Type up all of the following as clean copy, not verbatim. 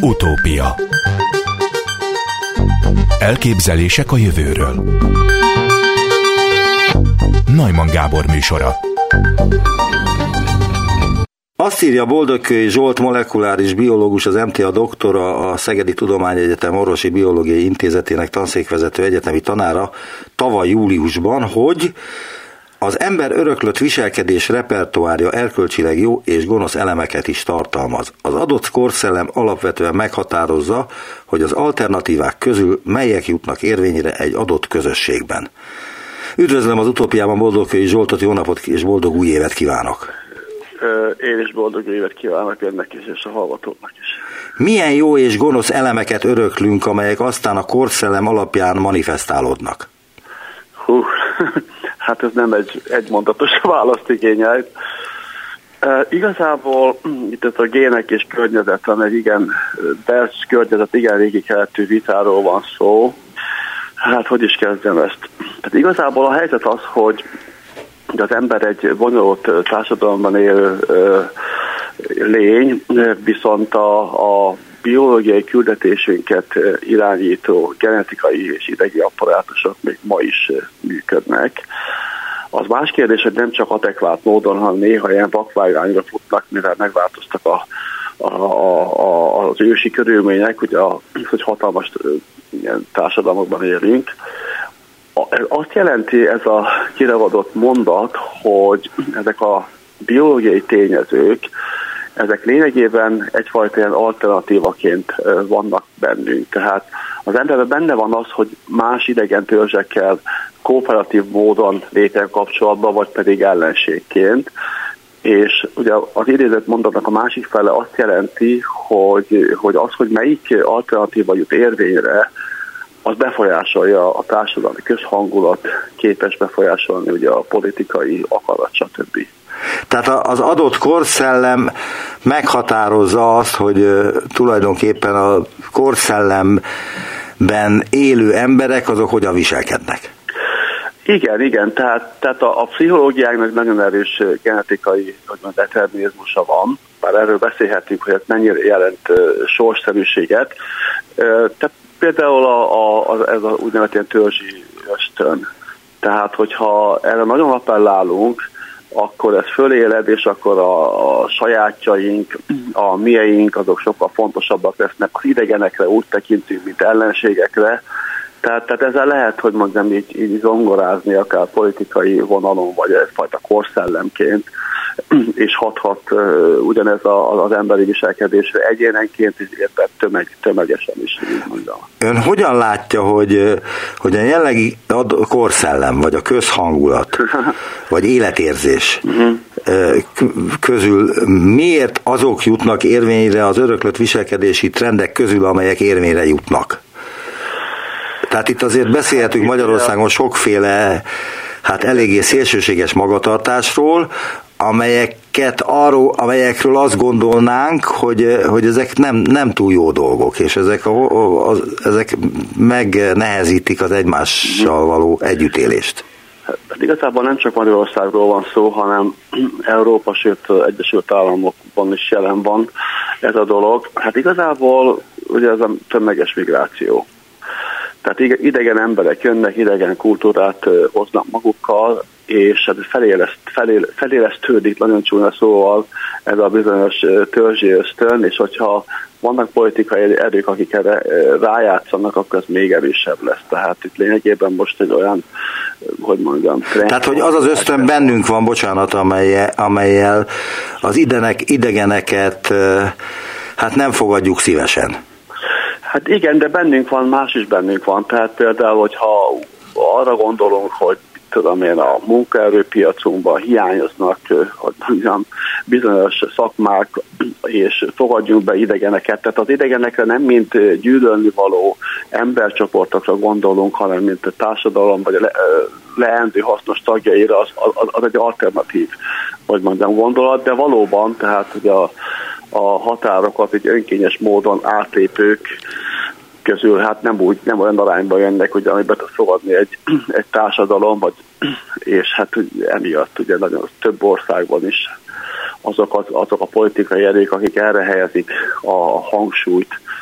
Utópia. Elképzelések a jövőről. Neumann Gábor műsora. Azt írja Boldogkői Zsolt molekuláris biológus, az MTA doktora, a Szegedi Tudományegyetem Orvosi Biológiai Intézetének tanszékvezető egyetemi tanára tavaly júliusban, hogy az ember öröklött viselkedés repertoárja erkölcsileg jó és gonosz elemeket is tartalmaz. Az adott korszellem alapvetően meghatározza, hogy az alternatívák közül melyek jutnak érvényre egy adott közösségben. Üdvözlöm az Utópiában Boldogkői Zsoltot, jó napot és boldog új évet kívánok! Én is boldog évet kívánok önnek is, és a hallgatóknak is. Milyen jó és gonosz elemeket öröklünk, amelyek aztán a korszellem alapján manifestálódnak? Hát ez nem egy mondatos választ igényel. Igazából itt a gének és környezet, egy igen belső környezet, igen régi keletű vitáról van szó. Hát hogy is kezdjem ezt? Tehát igazából a helyzet az, hogy az ember egy bonyolult társadalomban élő lény, viszont a biológiai küldetésünket irányító genetikai és idegi apparátusok még ma is működnek. Az más kérdés, hogy nem csak adekvát módon, hanem néha ilyen vakvágányra futnak, mivel megváltoztak az ősi körülmények, ugye, hogy hatalmas ilyen társadalmakban élünk. Azt jelenti ez a kiragadott mondat, hogy ezek a biológiai tényezők, ezek lényegében egyfajta ilyen alternatívaként vannak bennünk. Tehát az emberben benne van az, hogy más idegen törzsekkel kooperatív módon lépjen kapcsolatban, vagy pedig ellenségként. És ugye az idézett mondatnak a másik fele azt jelenti, hogy az, hogy melyik alternatíva jut érvényre, az befolyásolja a társadalmi közhangulat, képes befolyásolni ugye a politikai akarat, stb. Tehát az adott korszellem meghatározza azt, hogy tulajdonképpen a korszellemben élő emberek azok hogyan viselkednek. Igen, tehát a pszichológiának nagyon erős genetikai determinizmusa van, bár erről beszélhetünk, hogy ez mennyire jelent sorsszerűséget. Tehát például ez a úgynevezett törzsi ösztön. Tehát, hogyha erre nagyon appellálunk, akkor ez föléled, és akkor a sajátjaink, a mieink, azok sokkal fontosabbak lesznek. Az idegenekre úgy tekintünk, mint ellenségekre. Tehát ezzel lehet, hogy mondjam, így zongorázni akár politikai vonalon, vagy egyfajta korszellemként, és hathat ugyanez az emberi viselkedésre egyénenként, illetve tömegesen is, így mondjam. Ön hogyan látja, hogy a jelenlegi korszellem, vagy a közhangulat, vagy életérzés közül miért azok jutnak érvényre az öröklött viselkedési trendek közül, amelyek érvényre jutnak? Tehát itt azért beszélhetünk Magyarországon sokféle, hát eléggé szélsőséges magatartásról, amelyekről azt gondolnánk, hogy ezek nem túl jó dolgok, és ezek megnehezítik az egymással való együttélést. Hát igazából nem csak Magyarországról van szó, hanem Európa, sőt Egyesült Államokban is jelen van ez a dolog. Hát igazából ugye ez a tömeges migráció. Tehát idegen emberek jönnek, idegen kultúrát hoznak magukkal, és felélesztődik nagyon csúnya szóval ez a bizonyos törzsi ösztön, és hogyha vannak politikai erők, akik erre rájátszanak, akkor ez még erősebb lesz. Tehát itt lényegében most egy olyan, hogy mondjam... Tehát, hogy az az ösztön bennünk van, bocsánat, amellyel az idegeneket hát nem fogadjuk szívesen. Hát igen, de bennünk van, más is bennünk van. Tehát például, hogyha arra gondolunk, hogy tudom én, a munkaerőpiacunkban hiányoznak, hogy mondjam, bizonyos szakmák, és fogadjunk be idegeneket. Tehát az idegenekre nem mint gyűlölni való embercsoportokra gondolunk, hanem mint a társadalom, vagy a leendő hasznos tagjaira, az egy alternatív, hogy mondjam, gondolat, de valóban, tehát hogy a határokat egy önkényes módon átlépők közül hát nem olyan arányban jönnek, ugye, amiben tud fogadni egy társadalom, és hát emiatt ugye nagyon több országban is azok a politikai erők, akik erre helyezik a hangsúlyt,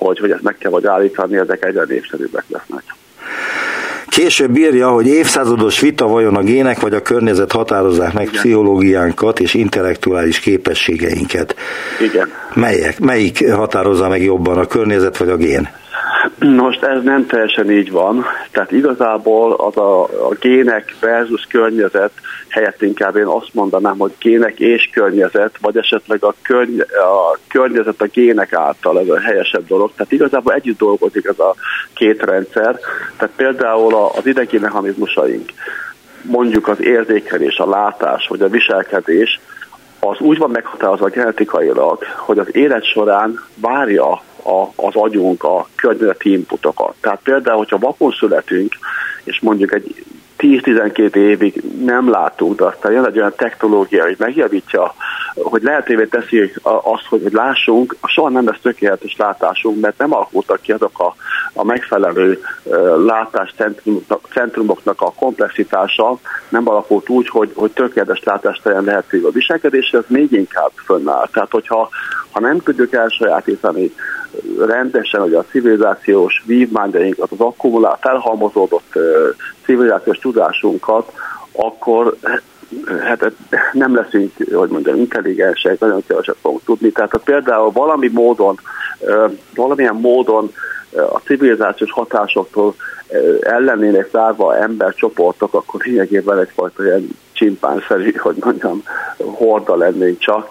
hogy ezt meg kell vagy állítani, ezek egyre népszerűbbek lesznek. Később írja, hogy évszázados vita vajon a gének vagy a környezet határozzák meg pszichológiánkat és intellektuális képességeinket. Igen. Melyik határozza meg jobban, a környezet vagy a gén? Most ez nem teljesen így van, tehát igazából az a gének versus környezet helyett inkább én azt mondanám, hogy gének és környezet, vagy esetleg a környezet a gének által, ez a helyesebb dolog. Tehát igazából együtt dolgozik ez a két rendszer. Tehát például az idegi mechanizmusaink, mondjuk az érzékelés, a látás, vagy a viselkedés, az úgy van meghatározva genetikailag, hogy az élet során várja az agyunk a környezeti inputokat. Tehát például, hogyha vakon születünk, és mondjuk egy 10-12 évig nem látunk, de aztán jön egy olyan technológia, hogy megjavítja, hogy lehetővé teszi azt, hogy lássunk, soha nem lesz tökéletes látásunk, mert nem alakultak ki azok a megfelelő látáscentrumoknak a komplexitása, nem alakult úgy, hogy tökéletes látást legyen lehetővé a viselkedésre, ez még inkább fönnáll. Tehát, hogyha nem tudjuk elsajátítani rendesen, hogy a civilizációs vívmányainkat, az akkumulált, felhalmozódott civilizációs tudásunkat, akkor hát nem leszünk, hogy mondjam, intelligensek, nagyon keveset fogunk tudni. Tehát például valamilyen módon a civilizációs hatásoktól ellenének zárva embercsoportok, akkor lényegében egyfajta ilyen csimpánszerű, hogy mondjam, horda lennénk csak.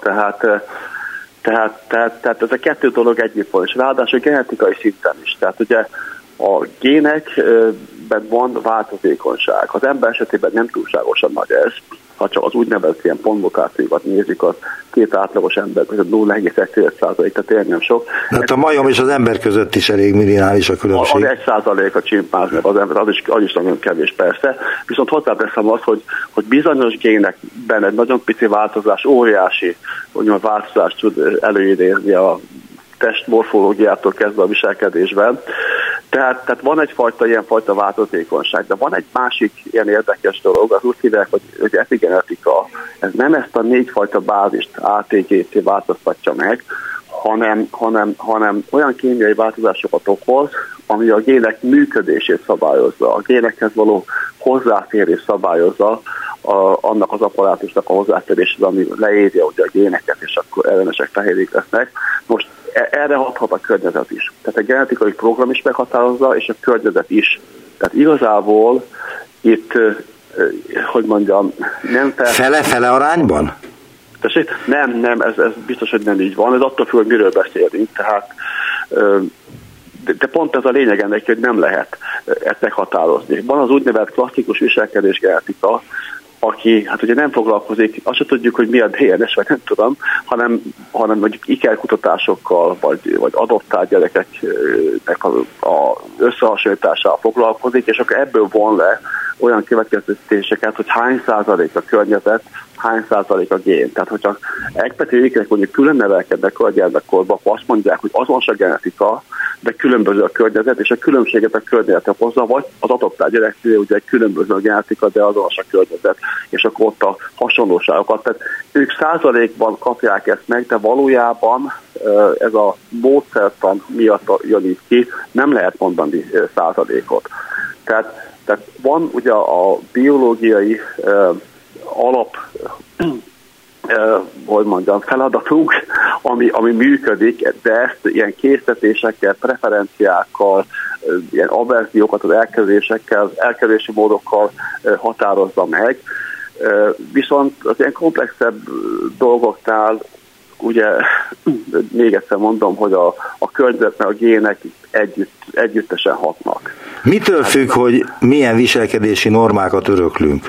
Tehát ez a kettő dolog együtt van, és ráadásul genetikai szinten is. Tehát ugye a génekben van változékonyság. Az ember esetében nem túlságosan nagy ez, ha csak az úgynevezett ilyen pontmutációkat nézik, az két átlagos ember között 0,1%, tehát tényleg nem sok. Hát a majom és az ember között is elég minimális a különbség. Az 1% a csimpánznak, az ember, az is nagyon kevés persze. Viszont hozzáteszem azt, hogy bizonyos génekben egy nagyon pici változás, óriási változást tud előidézni a testmorfológiától kezdve a viselkedésben. Tehát van egyfajta ilyenfajta változékonyság, de van egy másik ilyen érdekes dolog, az úgy hívják, hogy epigenetika. Ez nem ezt a 4 fajta bázist ATGC változtatja meg, hanem olyan kémiai változásokat okoz, ami a gének működését szabályozza, a génekhez való hozzáférés szabályozza, annak az apparátusnak a hozzáférését, ami leírja ugye a géneket, és akkor ellenesek fehérik lesznek. Most erre hathat a környezet is. Tehát a genetikai program is meghatározza, és a környezet is. Tehát igazából itt, hogy mondjam, nem Fele-fele arányban? Nem, ez biztos, hogy nem így van. Ez attól függ, hogy miről beszélünk. Tehát, de pont ez a lényeg ennek, hogy nem lehet ezt meghatározni. Van az úgynevezett klasszikus viselkedés genetika, aki hát ugye nem foglalkozik, azt sem tudjuk, hogy mi a DNS, vagy nem tudom, hanem mondjuk ikerkutatásokkal, vagy adoptált gyerekeknek a összehasonlításával foglalkozik, és akkor ebből von le olyan következtetéseket, hogy hány százalék a környezet, hány százalék a gén. Tehát, hogyha ekpetélikek mondjuk külön nevelkednek a gyermekkorban, akkor azt mondják, hogy azonos a genetika, de különböző a környezet, és a különbséget a környezet hozza, vagy az adoptált gyereknél ugye különböző a genetika, de azonos a környezet, és akkor ott a hasonlóságokat. Tehát ők százalékban kapják ezt meg, de valójában ez a módszertan miatt jön így ki, nem lehet mondani százalékot. Tehát van ugye a biológiai alap hogy mondjam, feladatunk, ami működik, de ezt ilyen késztetésekkel, preferenciákkal, ilyen averziókat az elkerülési módokkal határozza meg. Viszont az ilyen komplexebb dolgoknál ugye még egyszer mondom, hogy a környezetnek, a gének együttesen hatnak. Mitől függ, hogy milyen viselkedési normákat öröklünk?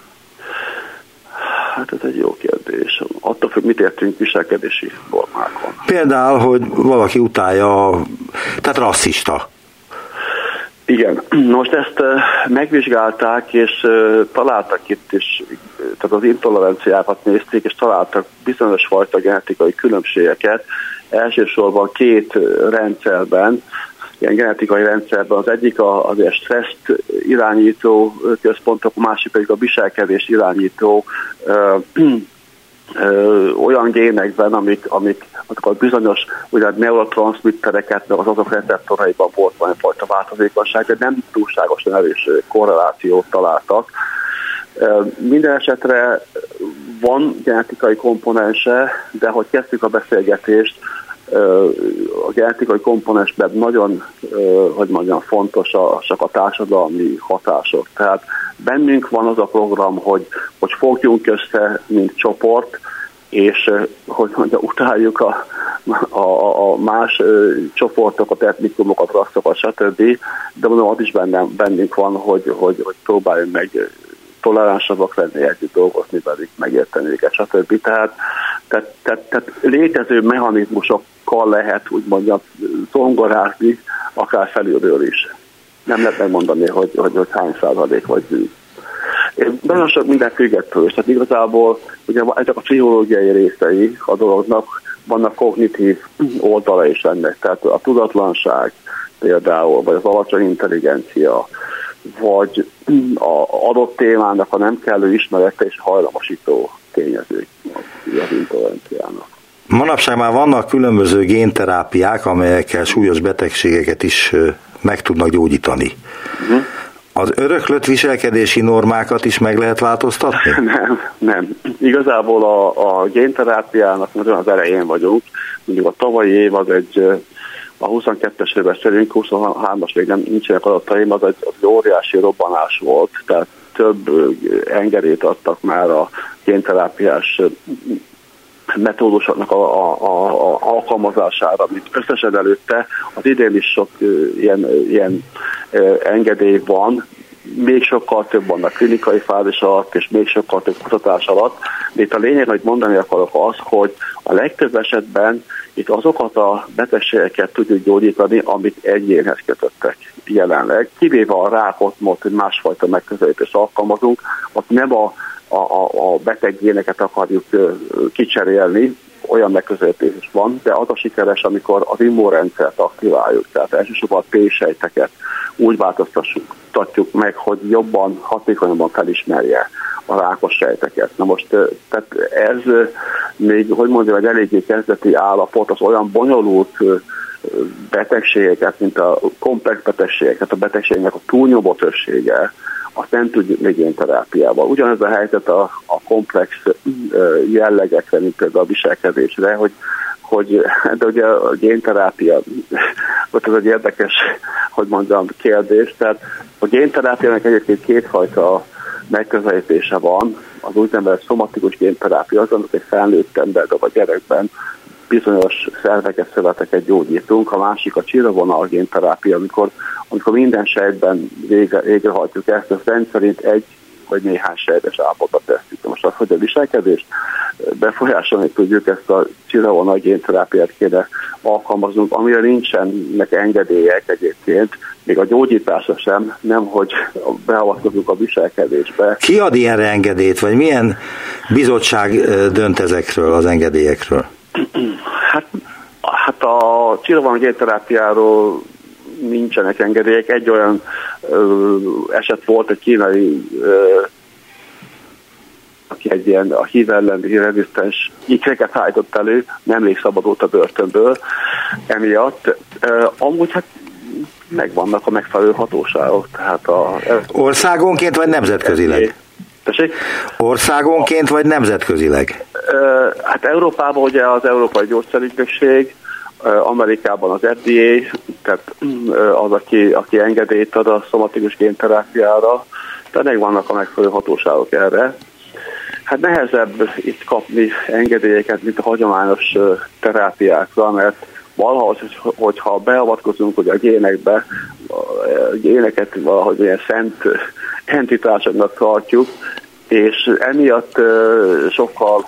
Hát ez egy jó kérdés. Attól függ, mit értünk viselkedési normákon. Például, hogy valaki utálja, tehát rasszista. Igen. Most ezt megvizsgálták, és találtak itt is, tehát az intoleranciákat nézték, és találtak bizonyos fajta genetikai különbségeket. Elsősorban 2 rendszerben, ilyen genetikai rendszerben, az egyik az ilyen stresszt irányító központok, a másik pedig a viselkedés irányító olyan génekben, amik a bizonyos neurotranszmittereket, meg az azok receptoraiban volt valamifajta változékonyság, de nem túlságosan erős korrelációt találtak. Minden esetre van genetikai komponense, de hogy kezdtük a beszélgetést, a genetikai komponensben nagyon, fontosak a társadalmi hatások. Tehát bennünk van az a program, hogy fogjunk össze, mint csoport, és utáljuk a más csoportokat, etnikumokat, rasszokat, stb. De mondom, az is bennünk van, hogy próbáljunk meg toleránsabbak lenni, együtt dolgozni velük, megérteni őket, stb. Tehát létező mechanizmusokkal lehet zongorázni, akár felülről is. Nem lehet megmondani, hogy hány százalék vagy bűn. Nagyon sok minden függettől, és tehát igazából ugye ezek a pszichológiai részei a dolognak, vannak kognitív oldala is ennek, tehát a tudatlanság például, vagy az alacsony intelligencia, vagy az adott témának a nem kellő ismerete és hajlamosító tényezők az intoleranciának. Manapság már vannak különböző génterápiák, amelyekkel súlyos betegségeket is meg tudnak gyógyítani. Az öröklött viselkedési normákat is meg lehet változtatni? Nem. Igazából a génterápiának nagyon az elején vagyunk. Mondjuk a tavalyi év az a 22-es éves szerint, 23-as még nincsenek adataim, az egy óriási robbanás volt, tehát több engedélyt adtak már a génterápiás metódusoknak a alkalmazására, mint összesen előtte. Az idén is sok ilyen engedély van, még sokkal több van a klinikai fázis alatt, és még sokkal több kutatás alatt. De itt a lényeg, hogy mondani akarok az, hogy a legtöbb esetben itt azokat a betegségeket tudjuk gyógyítani, amit egyénhez kötöttek jelenleg. Kivéve a rákot, hogy másfajta megközelítést alkalmazunk, ott nem a beteg géneket akarjuk kicserélni, olyan megközelítés van, de az a sikeres, amikor az immunrendszert aktiváljuk, tehát elsősorban a T-sejteket úgy változtatjuk meg, hogy jobban, hatékonyabban felismerje a rákos sejteket. Na most, tehát ez még, egy eléggé kezdeti állapot, az olyan bonyolult betegségeket, mint a komplex betegségeket, a betegségnek a túlnyomó többsége, azt nem tudjuk még génterápiával. Ugyanez a helyzet a komplex jellegekre, mint például a viselkedésre, de ugye a génterápia, ott ez egy érdekes, kérdés. Tehát a génterápiának egyébként kétfajta megközelítése van. Az úgynevezett szomatikus génterápia az, amit egy felnőtt emberben vagy gyerekben bizonyos szerveket, szöveteket gyógyítunk. A másik a csíravonal génterápia, amikor minden sejtben végrehajtjuk ezt, az rendszerint egy vagy néhány sejtes állapotba tesszük. Most az, hogy a viselkedést befolyásolni tudjuk, ezt a csíravonal génterápiát kéne alkalmaznunk, amire nincsenek engedélyek egyébként, még a gyógyításra sem, nem hogy beavatkozunk a viselkedésbe. Ki ad ilyenre engedélyt, vagy milyen bizottság dönt ezekről az engedélyekről? Hát a csíravonal génterápiáról nincsenek engedélyek. Egy olyan eset volt, egy kínai, aki egy ilyen a HIV elleni rezisztens ikreket állított elő, nemrég szabadult a börtönből emiatt. Amúgy megvannak a megfelelő hatóságok. Tehát országonként vagy nemzetközileg? Tessék? Országonként vagy nemzetközileg? Hát Európában ugye az Európai Gyógyszerügynökség, Amerikában az FDA, tehát az, aki engedélyt ad a szomatikus génterápiára, tehát megvannak a megfelelő hatóságok erre. Hát nehezebb itt kapni engedélyeket, mint a hagyományos terápiákra, mert valahogy, hogyha beavatkozunk hogy a génekbe, a géneket valahogy ilyen szent entitásoknak tartjuk, és emiatt sokkal,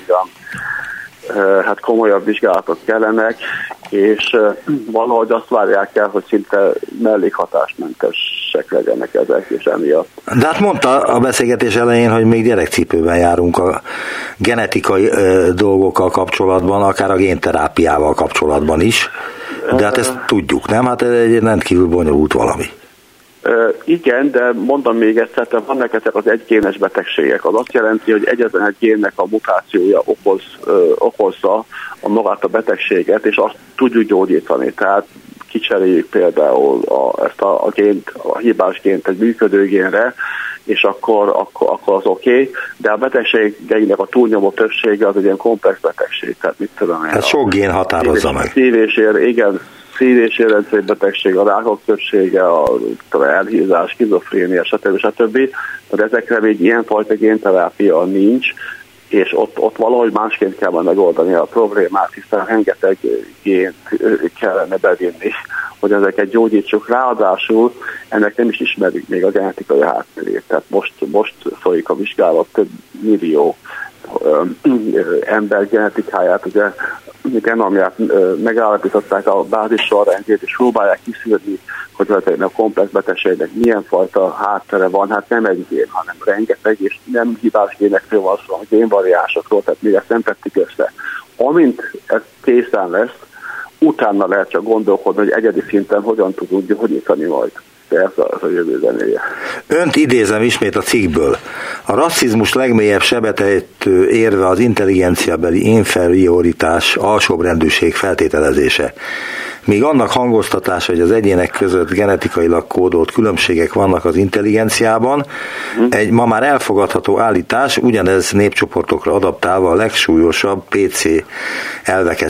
komolyabb vizsgálatok kellenek, és valahogy azt várják el, hogy szinte mellékhatásmentesek legyenek ezek, és emiatt. De hát mondta a beszélgetés elején, hogy még gyerekcipőben járunk a genetikai dolgokkal kapcsolatban, akár a génterápiával kapcsolatban is, de hát ezt tudjuk, nem? Hát ez egy rendkívül bonyolult valami. Igen, de mondom még egyszer, tehát vannak ezek az egygénes betegségek. Az azt jelenti, hogy egyetlen egy génnek a mutációja okozza magát a betegséget, és azt tudjuk gyógyítani. Tehát kicseréljük például ezt a gént, a hibás gént egy működő génre, és akkor az oké, de a betegségeinek a túlnyomó többsége az egy ilyen komplex betegség. Tehát mit tudom én. Hát sok gén határozza meg. Szív- és érrendszeri betegség, a rákok többsége, a elhízás, skizofrénia, stb. Tehát ezekre még ilyenfajta génterápia nincs, és ott valahogy másként kell megoldani a problémát, hiszen rengeteg gént kellene bevinni, hogy ezeket gyógyítsuk. Ráadásul ennek nem is ismerik még a genetikai hátterét. Tehát most folyik a vizsgálat, több millió ember genetikáját, ugye genomját megállapították a bázis sorrendjét, és próbálják kiszűrni, hogy a komplex betegségnek milyen fajta háttere van. Hát nem egy gén, hanem rengeteg, és nem hibás génekről van szó, hanem génvariánsokról, tehát még ezt nem tettük össze. Amint ez készen lesz, utána lehet csak gondolkodni, hogy egyedi szinten hogyan tudunk gyógyítani majd. Ez a jövő zenéje. Önt idézem ismét a cikkből. A rasszizmus legmélyebb sebetejtő érve az intelligenciabeli inferioritás, alsóbbrendűség feltételezése. Míg annak hangoztatása, hogy az egyének között genetikailag kódolt különbségek vannak az intelligenciában, egy ma már elfogadható állítás, ugyanez népcsoportokra adaptálva a legsúlyosabb PC elveket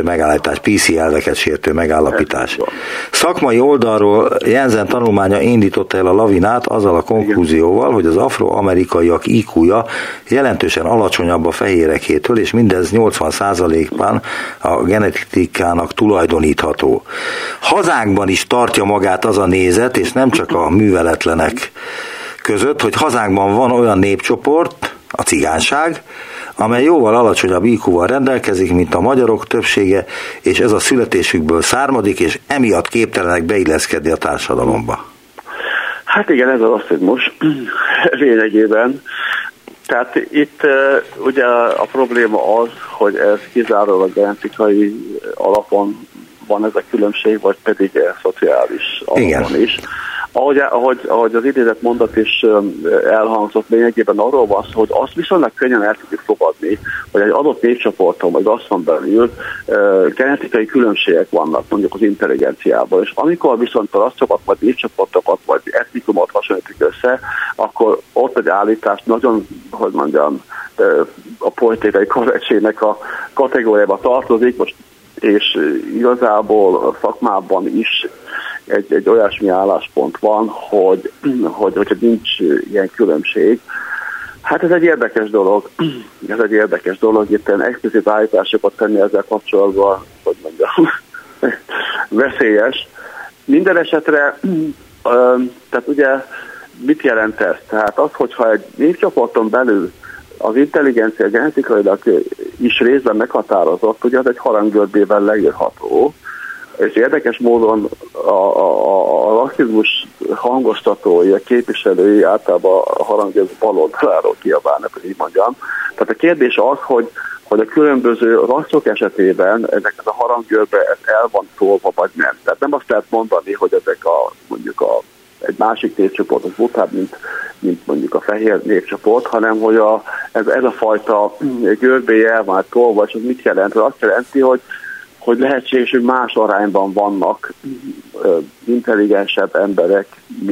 sértő megállapítás. Szakmai oldalról Jensen tanulmánya indította el a lavinát azzal a konklúzióval, hogy az afroamerikaiak IQ-ja jelentősen alacsonyabb a fehérekétől, és mindez 80%-ban a genetikának tulajdonítható. Hazánkban is tartja magát az a nézet, és nem csak a műveletlenek között, hogy hazánkban van olyan népcsoport, a cigányság, amely jóval alacsonyabb IQ-val rendelkezik, mint a magyarok többsége, és ez a születésükből származik, és emiatt képtelenek beilleszkedni a társadalomba. Hát igen, ez a rasszizmus lényegében. Tehát itt ugye a probléma az, hogy ez kizárólag genetikai alapon van ez a különbség, vagy pedig szociális alapon is. Ahogy az idézett mondat is elhangzott, lényegében arról van szó, hogy azt viszonylag könnyen el tudjuk fogadni, hogy egy adott népcsoporton vagy rasszon belül genetikai különbségek vannak mondjuk az intelligenciában, és amikor viszont a rasszokat vagy népcsoportokat vagy etnikumot hasonlítik össze, akkor ott egy állítás nagyon, hogy mondjam, a politikai korrektségnek a kategóriába tartozik, és igazából a szakmában is egy olyasmi álláspont van, hogy nincs ilyen különbség. Hát ez egy érdekes dolog. Itt explicit állításokat tenni ezzel kapcsolatban, hogy mondjam, veszélyes. Minden esetre, tehát ugye mit jelent ez? Tehát az, hogyha egy népcsoporton belül az intelligencia genetikailag is részben meghatározott, ugye az egy haranggörbében leírható, és érdekes módon a rasszizmus hangoztatói, a képviselői általában a haranggörb baloldaláról kiabálnak, hogy így mondjam. Tehát a kérdés az, hogy a különböző rasszok esetében ennek a haranggörbe ez el van szólva, vagy nem. Tehát nem azt lehet mondani, hogy ezek mondjuk egy másik népcsoport az butább, mint mondjuk a fehér népcsoport, hanem hogy ez a fajta görbéje el van tolva, és az mit jelent? Az azt jelenti, hogy lehetséges, hogy más arányban vannak intelligensebb emberek,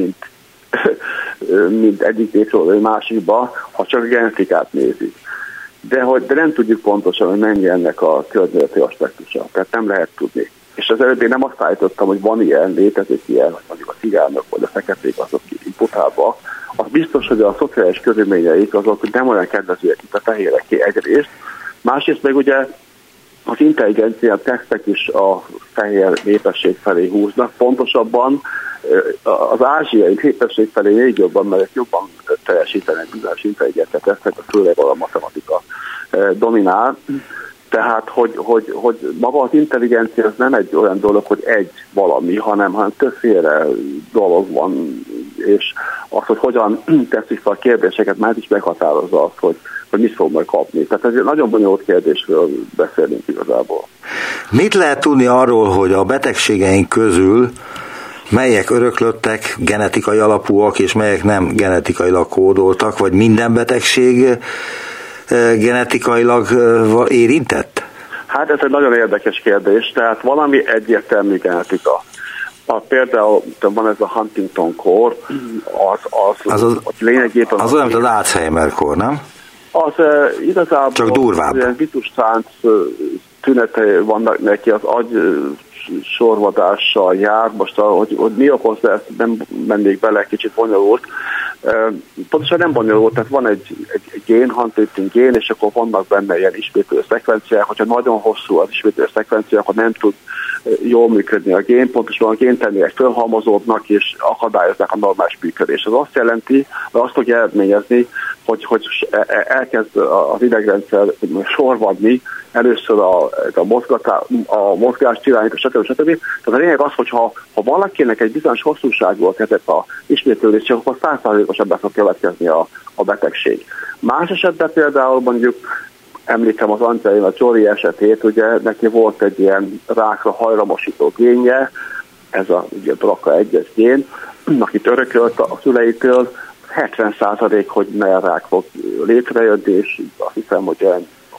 mint egyik népcsoportban, vagy másikba, ha csak a genetikát nézik. De nem tudjuk pontosan, hogy mennyi ennek a környezeti aspektusa. Tehát nem lehet tudni. És az előbb én nem azt állítottam, hogy van ilyen, létezik ilyen, hogy mondjuk a cigányok vagy a feketék azok imputálva. Az biztos, hogy a szociális körülményeik azok nem olyan kedvezőek, mint a fehéreké egyrészt. Másrészt meg ugye az intelligencia tesztek is a fehér népesség felé húznak. Pontosabban az ázsiai népesség felé még jobban, mert jobban teljesítenek bizonyos intelligencia tesztek, főleg a matematika dominál. Tehát, hogy maga az intelligencia az nem egy olyan dolog, hogy egy valami, hanem többféle dolog van, és az, hogy hogyan teszik fel a kérdéseket, már is meghatározza azt, hogy mit fog majd kapni. Tehát ez egy nagyon bonyolult kérdésről beszélünk igazából. Mit lehet tudni arról, hogy a betegségeink közül melyek öröklöttek, genetikai alapúak, és melyek nem genetikailag kódoltak, vagy minden betegség genetikailag érintett? Hát ez egy nagyon érdekes kérdés, tehát valami egyértelmű genetika. Például van ez a Huntington-kór, az lényegében... Az olyan, mint az Alzheimer-kór, nem? Az igazából... Csak durvább. Ilyen vitusztánc tünetei vannak neki, az agy sorvadással jár, most hogy mi okozza ezt, nem mennék bele, kicsit bonyolult. Pontosan nem bonyolult, tehát van egy gén, Huntington gén, és akkor vannak benne ilyen ismétlő szekvenciák, hogyha nagyon hosszú az ismétlő szekvencia, akkor nem tud jól működni a gén, pontosan a géntermékek fölhalmozódnak és akadályozzák a normális működést. Az azt jelenti, vagy azt fogja eredményezni, hogy elkezd az idegrendszer sorvadni, először a mozgást irányít, stb. Tehát a lényeg az, hogy ha valakinek egy bizonyos hosszúságúak ezek a ismétlődések, akkor 100%-osan be fog következni a betegség. Más esetben például mondjuk említem az Angelina Jolie esetét, ugye neki volt egy ilyen rákra hajlamosító génje, ez a ugye BRCA1-es gén, akit örökölt a szüleitől, 70% hogy melyen rák fog létrejönni, és azt hiszem, hogy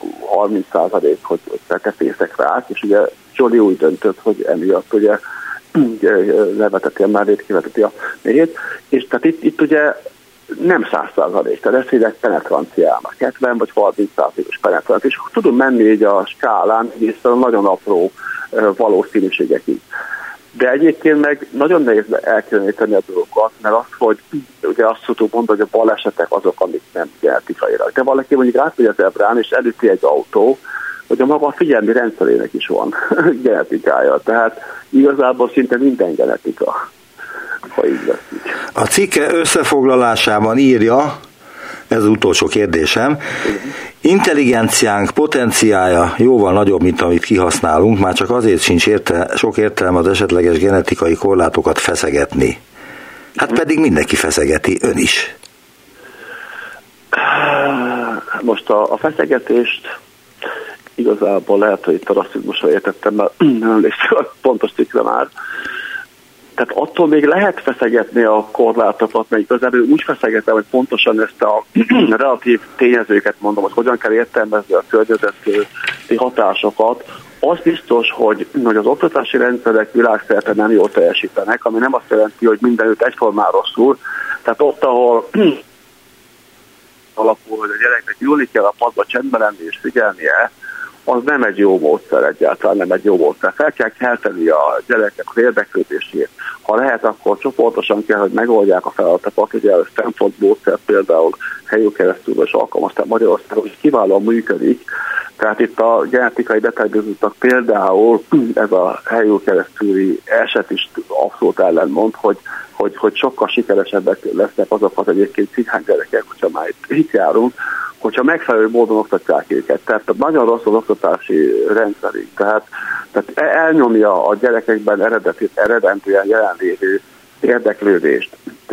30% hogy feketefészek rák, és ugye Jolie úgy döntött, hogy emiatt ugye leveteti a mellét, kiveteti a méhét, és tehát itt ugye nem 100%, tehát ezt hívják penetranciának, 70 vagy 30%-os penetrancia, és tudunk menni így a skálán, egészen nagyon apró valószínűségekig. De egyébként meg nagyon nehéz elkülöníteni a dolgokat, mert az, hogy ugye azt tudjuk mondani, hogy a balesetek azok, amik nem genetikailag. De valaki mondjuk átmegy az ebrán, és elüti egy autó, hogy a maga figyelmi rendszerének is van genetikája. Tehát igazából szinte minden genetika, ha így veszik. A cikke összefoglalásában írja, ez az utolsó kérdésem, intelligenciánk potenciája jóval nagyobb, mint amit kihasználunk, már csak azért sincs sok értelme az esetleges genetikai korlátokat feszegetni. Hát pedig mindenki feszegeti, ön is. Most a feszegetést igazából lehet, hogy itt a rasszizmusra értettem, mert nem emlékszem a pontos cikkre már. Tehát attól még lehet feszegetni a korlátokat, mert igazából úgy feszegetem, hogy pontosan ezt a relatív tényezőket mondom, hogy hogyan kell értelmezni a környezeti hatásokat. Az biztos, hogy az oktatási rendszerek világszerte nem jól teljesítenek, ami nem azt jelenti, hogy mindenütt egyformán rosszul. Tehát ott, ahol alapul, hogy a gyereknek ülni kell a padba, csendben lenni és figyelnie, az nem egy jó módszer, egyáltalán nem egy jó módszer. Fel kell kelteni a gyerekek az érdeklődését. Ha lehet, akkor csoportosan kell, hogy megoldják a feladatokat. Ugye a Stanford módszer például helyük keresztül is alkalmazták Magyarországon, és kiválóan működik. Tehát itt a genetikai betegedőzőknek például ez a helyük keresztüli eset is abszolút ellenmond, hogy sokkal sikeresebbek lesznek azok az egyébként cigány gyerekek, hogyha már itt járunk, hogyha megfelelő módon oktatják őket. Tehát nagyon rossz az oktatási rendszerünk. Tehát elnyomja a gyerekekben eredendően jelenlévő érdeklődést.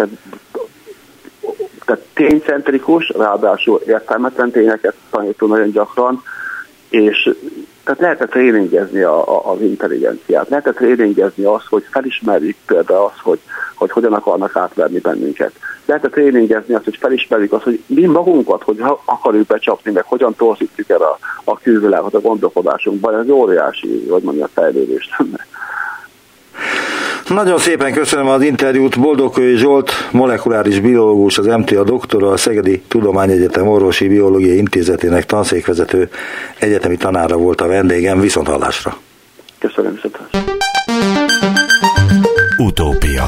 Tehát ténycentrikus, ráadásul értelmetlen tényeket tanítunk nagyon gyakran, és tehát lehetett tréningezni az intelligenciát, lehetett tréningezni azt, hogy felismerjük például azt, hogy hogyan akarnak átverni bennünket. Lehetett tréningezni azt, hogy felismerjük azt, hogy mi magunkat, hogy akarjuk becsapni, meg hogyan torzítjuk el a külvilágot a gondolkodásunkban. Ez óriási, hogy mondjam, fejlődés lenne. Nagyon szépen köszönöm az interjút. Boldogkői Zsolt, molekuláris biológus, az MTA doktora, a Szegedi Tudományegyetem Orvosi Biológiai Intézetének tanszékvezető egyetemi tanára volt a vendégem. Viszonthallásra. Köszönöm szépen. Utópia.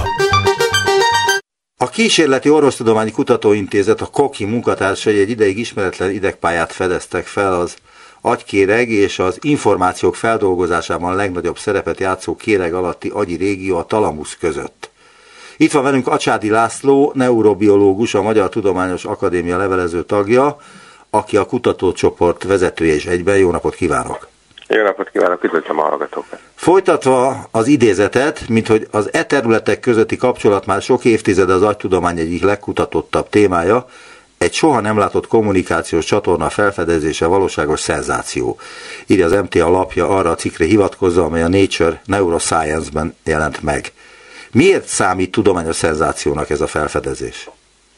A Kísérleti Orvostudományi Kutatóintézet, a KOKI munkatársai egy ideig ismeretlen idegpályát fedeztek fel az agykéreg és az információk feldolgozásában legnagyobb szerepet játszó kéreg alatti agyi régió, a talamusz között. Itt van velünk Acsádi László, neurobiológus, a Magyar Tudományos Akadémia levelező tagja, aki a kutatócsoport vezetője is egyben. Jó napot kívánok! Jó napot kívánok, üdvözlöm a hallgatókat! Folytatva az idézetet, mint hogy az területek közötti kapcsolat már sok évtizede az agytudomány egyik legkutatottabb témája, egy soha nem látott kommunikációs csatorna felfedezése valóságos szenzáció. Írja az MTA lapja arra a cikkre hivatkozva, amely a Nature Neuroscience-ben jelent meg. Miért számít tudományos szenzációnak ez a felfedezés?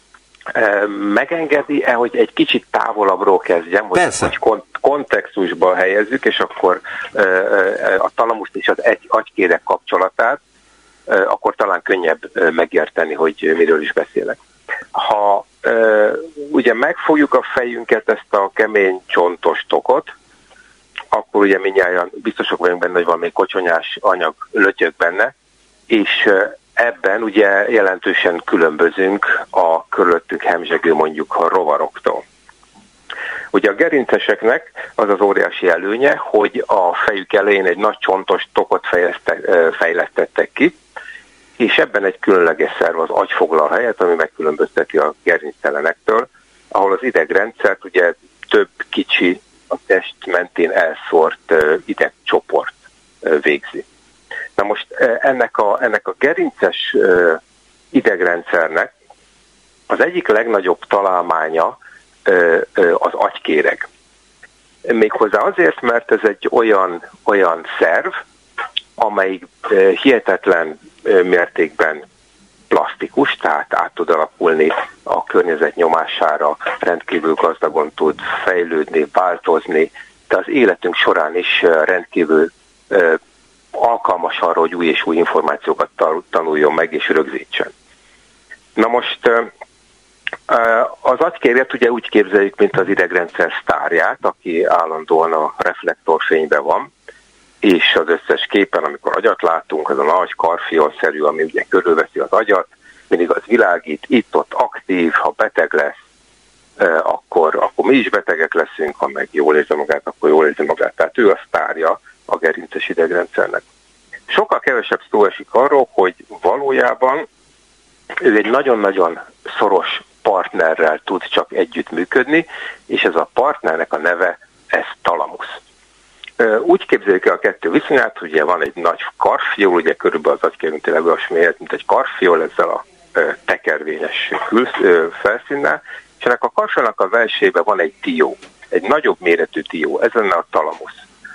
Megengedi-e, hogy egy kicsit távolabbról kezdjem, hogy kontextusba helyezzük, és akkor a talamuszt és az agykéreg kapcsolatát, akkor talán könnyebb megérteni, hogy miről is beszélek. Ha ugye megfogjuk a fejünket, ezt a kemény csontos tokot, akkor ugye mindjárt biztosak vagyunk benne, hogy valami kocsonyás anyag lötyög benne, és ebben ugye jelentősen különbözünk a körülöttünk hemzsegő mondjuk a rovaroktól. Ugye a gerinceseknek az az óriási előnye, hogy a fejük elején egy nagy csontos tokot fejlesztettek ki, és ebben egy különleges szerv az agy foglal helyet, ami megkülönbözteti a gerinctelenektől, ahol az idegrendszert ugye több kicsi, a test mentén elszórt idegcsoport végzi. Na most ennek a gerinces idegrendszernek az egyik legnagyobb találmánya az agykéreg. Méghozzá azért, mert ez egy olyan szerv, amelyik hihetetlen mértékben plastikus, tehát át tud alakulni a környezet nyomására, rendkívül gazdagon tud fejlődni, változni, de az életünk során is rendkívül alkalmas arra, hogy új és új információkat tanuljon meg és rögzítsen. Na most az agykérget ugye úgy képzeljük, mint az idegrendszer sztárját, aki állandóan a reflektorfényben van, és az összes képen, amikor agyat látunk, az a nagy karfiolszerű, ami ugye körülveszi az agyat, mindig az világít, itt-ott aktív, ha beteg lesz, akkor mi is betegek leszünk, ha meg jól érzi magát, akkor jól érzi magát. Tehát ő a sztárja a gerinces idegrendszernek. Sokkal kevesebb szó esik arról, hogy valójában ő egy nagyon-nagyon szoros partnerrel tud csak együttműködni, és ez a partnernek a neve, ez talamusz. Úgy képzeljük el a kettő viszonyát, hogy ugye van egy nagy karfiol, ugye körülbelül az agykérünk tényleg olyan méret, mint egy karfiol ezzel a tekervényes felszínnel, és ennek a karfiolnak a belsejében van egy dió, egy nagyobb méretű dió, ez lenne a talamusz.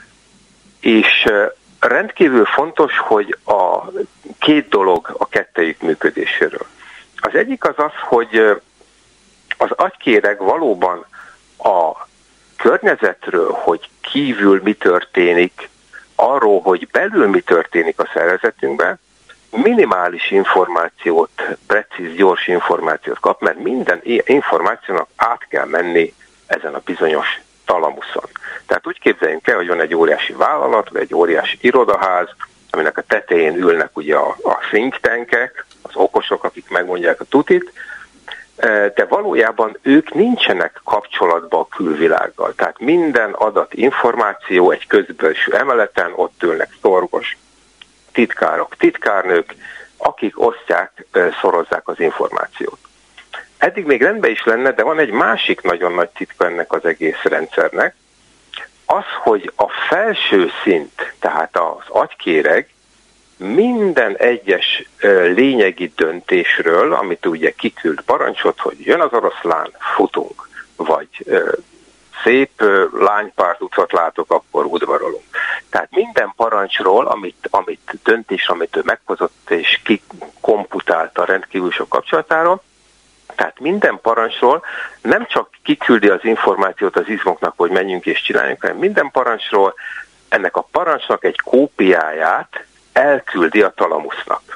És rendkívül fontos, hogy a két dolog a kettejük működéséről. Az egyik az, hogy az agykéreg valóban a környezetről, hogy kívül mi történik, arról, hogy belül mi történik a szervezetünkben, minimális információt, precíz, gyors információt kap, mert minden információnak át kell menni ezen a bizonyos talamuszon. Tehát úgy képzeljünk el, hogy van egy óriási vállalat, vagy egy óriási irodaház, aminek a tetején ülnek ugye a think tankek, az okosok, akik megmondják a tutit, de valójában ők nincsenek kapcsolatban a külvilággal. Tehát minden adat információ egy közbelső emeleten, ott ülnek szorgos titkárok, titkárnők, akik osztják, szorozzák az információt. Eddig még rendben is lenne, de van egy másik nagyon nagy titka ennek az egész rendszernek, az, hogy a felső szint, tehát az agykéreg minden egyes lényegi döntésről, amit ugye kiküld parancsot, hogy jön az oroszlán, futunk, vagy szép lánypárducat látok, akkor udvarolunk. Tehát minden parancsról, amit döntés, amit ő meghozott és kikomputálta a rendkívül sok kapcsolatáról, tehát minden parancsról nem csak kiküldi az információt az izmoknak, hogy menjünk és csináljunk, hanem minden parancsról ennek a parancsnak egy kópiáját elküldi a talamusznak.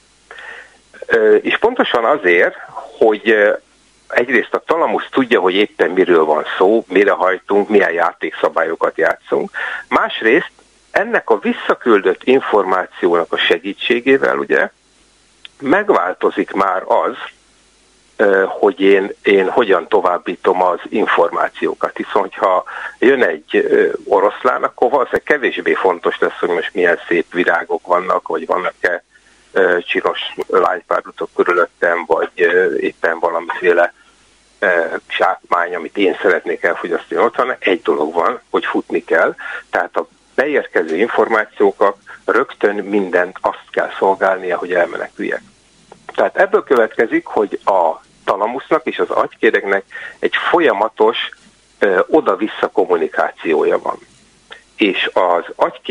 És pontosan azért, hogy egyrészt a talamusz tudja, hogy éppen miről van szó, mire hajtunk, milyen játékszabályokat játszunk. Másrészt ennek a visszaküldött információnak a segítségével ugye megváltozik már az, hogy én hogyan továbbítom az információkat. Hiszen, hogyha jön egy oroszlán, akkor valószínűleg kevésbé fontos lesz, hogy most milyen szép virágok vannak, vagy vannak-e csinos lánypárducok körülöttem, vagy éppen valamiféle zsákmány, amit én szeretnék elfogyasztani otthon. Egy dolog van, hogy futni kell, tehát a beérkező információkat rögtön mindent azt kell szolgálnia, hogy elmeneküljek. Tehát ebből következik, hogy a talamusznak és az agykéregnek egy folyamatos oda-vissza kommunikációja van. És az agykéreg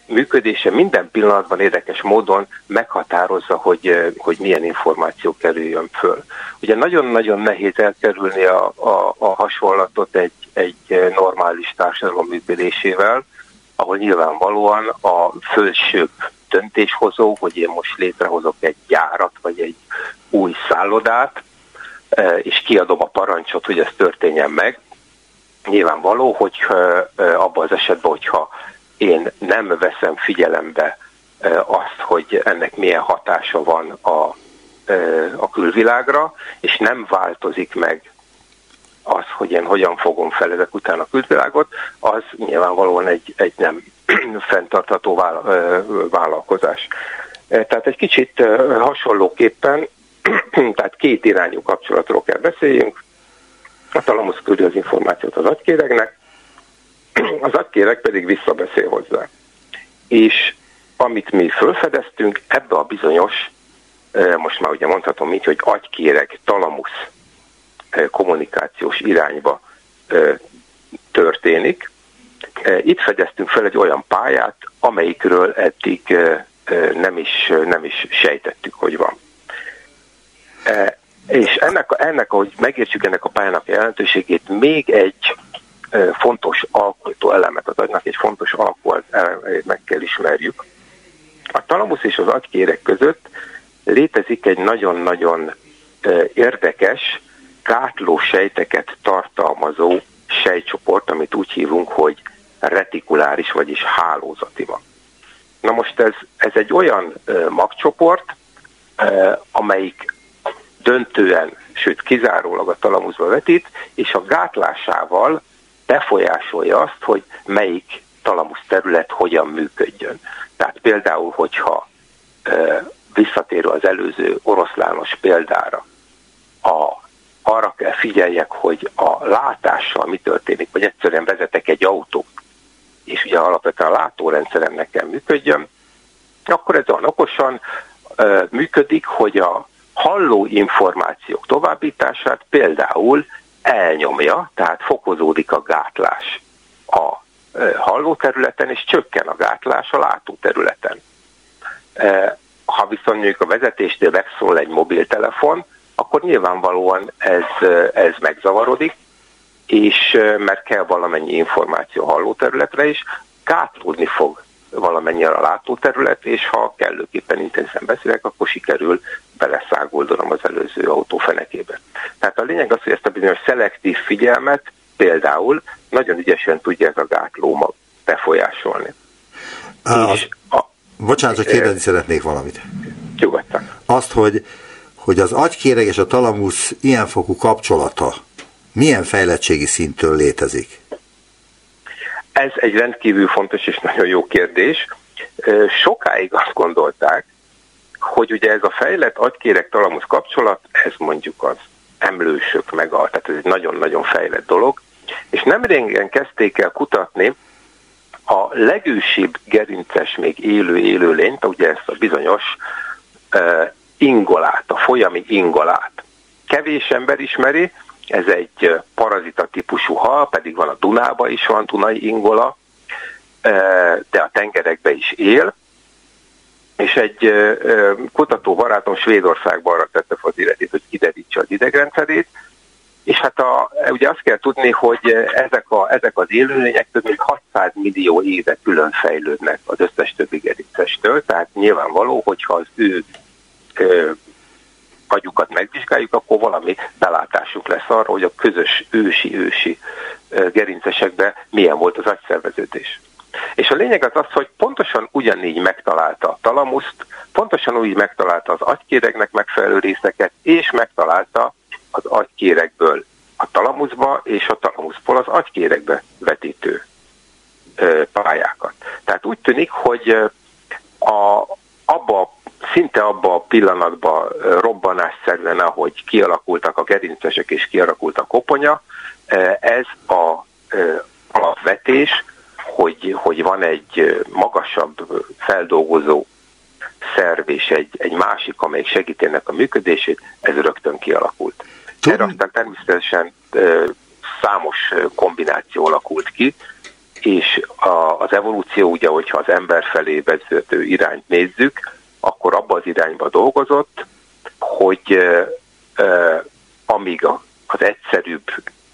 működése minden pillanatban érdekes módon meghatározza, hogy milyen információ kerüljön föl. Ugye nagyon-nagyon nehéz elkerülni a hasonlatot egy normális társadalom működésével, ahol nyilvánvalóan a felsőbb döntéshozó, hogy én most létrehozok egy gyárat, vagy egy új szállodát, és kiadom a parancsot, hogy ez történjen meg. Nyilvánvaló, hogy abban az esetben, hogyha én nem veszem figyelembe azt, hogy ennek milyen hatása van a külvilágra, és nem változik meg az, hogy én hogyan fogom fel ezek után a külvilágot, az nyilvánvalóan egy nem fenntartható vállalkozás. Tehát egy kicsit hasonlóképpen, tehát két irányú kapcsolatról kell beszéljünk. A talamusz küldi az információt az agykéregnek, az agykéreg pedig visszabeszél hozzá. És amit mi felfedeztünk, ebbe a bizonyos, most már ugye mondhatom így, hogy agykéreg, talamusz kommunikációs irányba történik. Itt fedeztünk fel egy olyan pályát, amelyikről eddig nem is sejtettük, hogy van. És ennek, ahogy megértsük ennek a pályának jelentőségét, még egy fontos alkotó elemet az agynak, egy fontos alkotó elemet meg kell ismerjük. A talamusz és az agykéreg között létezik egy nagyon-nagyon érdekes, gátló sejteket tartalmazó sejtcsoport, amit úgy hívunk, hogy retikuláris, vagyis hálózati mag. Na most ez egy olyan magcsoport, amelyik döntően, sőt kizárólag a talamuszba vetít, és a gátlásával befolyásolja azt, hogy melyik talamusz terület hogyan működjön. Tehát például, hogyha visszatérő az előző oroszlános példára, arra kell figyeljek, hogy a látással mi történik, vagy egyszerűen vezetek egy autót, és ugye alapvetően a látórendszeremnek kell működjön, akkor ez olyan okosan működik, hogy a halló információk továbbítását például elnyomja, tehát fokozódik a gátlás a hallóterületen, és csökken a gátlás a látóterületen. Ha viszont mondjuk a vezetéstől megszól egy mobiltelefon, akkor nyilvánvalóan ez megzavarodik, és mert kell valamennyi információ a hallóterületre is, gátlódni fog valamennyire a látóterület, és ha kellőképpen intenzíven beszélek, akkor sikerül beleszágoldanom az előző autó fenekébe. Tehát a lényeg az, hogy ezt a bizonyos szelektív figyelmet például nagyon ügyesen tudja ez a gátló befolyásolni. Bocsánat, hogy kérdezni szeretnék valamit. Nyugodtan. Azt, hogy az agykéreg és a talamusz ilyenfokú kapcsolata milyen fejlettségi szinttől létezik? Ez egy rendkívül fontos és nagyon jó kérdés. Sokáig azt gondolták, hogy ugye ez a fejlett agykéreg-talamusz kapcsolat, ez mondjuk az emlősök tehát ez egy nagyon-nagyon fejlett dolog, és nemrégen kezdték el kutatni a legősibb gerinces még élő lényt, ugye ezt a bizonyos ingolát, a folyami ingolát. Kevés ember ismeri, ez egy parazita típusú hal, pedig van a Dunában is van dunai ingola, de a tengerekben is él, és egy kutató barátom Svédországban arra tette fel az életét, hogy kiderítse az idegrendszerét, és hát ugye azt kell tudni, hogy ezek az élőlények több mint 600 millió éve külön fejlődnek az összes többi gerincestől, tehát nyilvánvaló, hogyha az ő agyukat megvizsgáljuk, akkor valami belátásuk lesz arra, hogy a közös ősi gerincesekben milyen volt az agyszerveződés. És a lényeg az, hogy pontosan ugyanígy megtalálta a talamuszt, pontosan úgy megtalálta az agykéregnek megfelelő részeket, és megtalálta az agykéregből a talamuszba, és a talamuszból az agykéregbe vetítő pályákat. Tehát úgy tűnik, hogy szinte abban a pillanatban robbanásszerűen, ahogy kialakultak a gerincesek és kialakult a koponya, ez a alapvetés, hogy van egy magasabb feldolgozó szerv és egy másik, amelyik segíti ennek a működését, ez rögtön kialakult. Erre aztán természetesen számos kombináció alakult ki, és az evolúció ugye, hogyha az ember felé vezető irányt nézzük, akkor abba az irányba dolgozott, hogy amíg az egyszerűbb